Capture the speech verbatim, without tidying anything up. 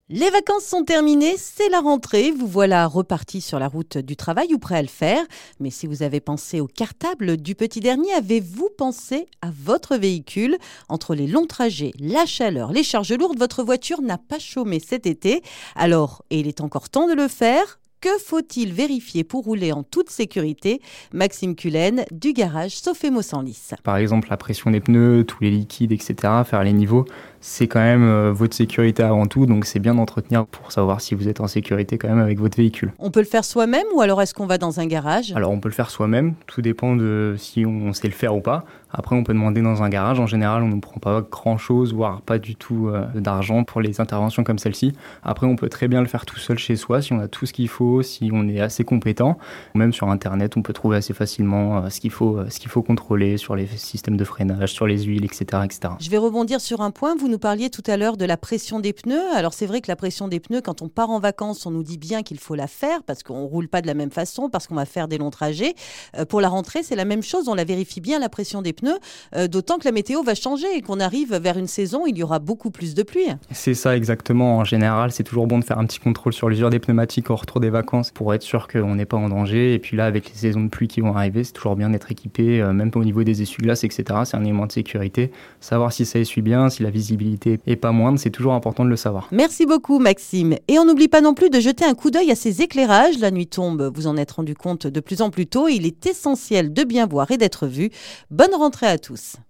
Les vacances sont terminées, c'est la rentrée. Vous voilà reparti sur la route du travail ou prêt à le faire. Mais si vous avez pensé au cartable du petit dernier, avez-vous pensé à votre véhicule ? Entre les longs trajets, la chaleur, les charges lourdes, votre voiture n'a pas chômé cet été. Alors, et il est encore temps de le faire. Que faut-il vérifier pour rouler en toute sécurité ? Maxime Cullen du garage Sofemo Senlis. Par exemple, la pression des pneus, tous les liquides, et cetera, faire les niveaux, c'est quand même euh, votre sécurité avant tout, donc c'est bien d'entretenir pour savoir si vous êtes en sécurité quand même avec votre véhicule. On peut le faire soi-même ou alors est-ce qu'on va dans un garage ? Alors on peut le faire soi-même, tout dépend de si on sait le faire ou pas. Après on peut demander dans un garage, en général on ne prend pas grand-chose, voire pas du tout euh, d'argent pour les interventions comme celle-ci. Après on peut très bien le faire tout seul chez soi si on a tout ce qu'il faut, si on est assez compétent. Même sur internet on peut trouver assez facilement euh, ce qu'il faut, euh, ce qu'il faut contrôler sur les systèmes de freinage, sur les huiles, et cetera, et cetera. Je vais rebondir sur un point, vous nous parliez tout à l'heure de la pression des pneus. Alors c'est vrai que la pression des pneus, quand on part en vacances, on nous dit bien qu'il faut la faire parce qu'on ne roule pas de la même façon, parce qu'on va faire des longs trajets. Euh, pour la rentrée, c'est la même chose, on la vérifie bien, la pression des pneus, euh, d'autant que la météo va changer et qu'on arrive vers une saison où il y aura beaucoup plus de pluie. C'est ça exactement, en général c'est toujours bon de faire un petit contrôle sur l'usure des pneumatiques au retour des vacances pour être sûr qu'on n'est pas en danger. Et puis là avec les saisons de pluie qui vont arriver, c'est toujours bien d'être équipé, euh, même au niveau des essuie-glaces, et cetera. C'est un élément de sécurité, savoir si ça essuie bien, si la visibilité est pas moindre, c'est toujours important de le savoir. Merci beaucoup Maxime. Et on n'oublie pas non plus de jeter un coup d'œil à ces éclairages. La nuit tombe, vous en êtes rendu compte de plus en plus tôt. Il est essentiel de bien voir et d'être vu. Bonne rentrée à tous.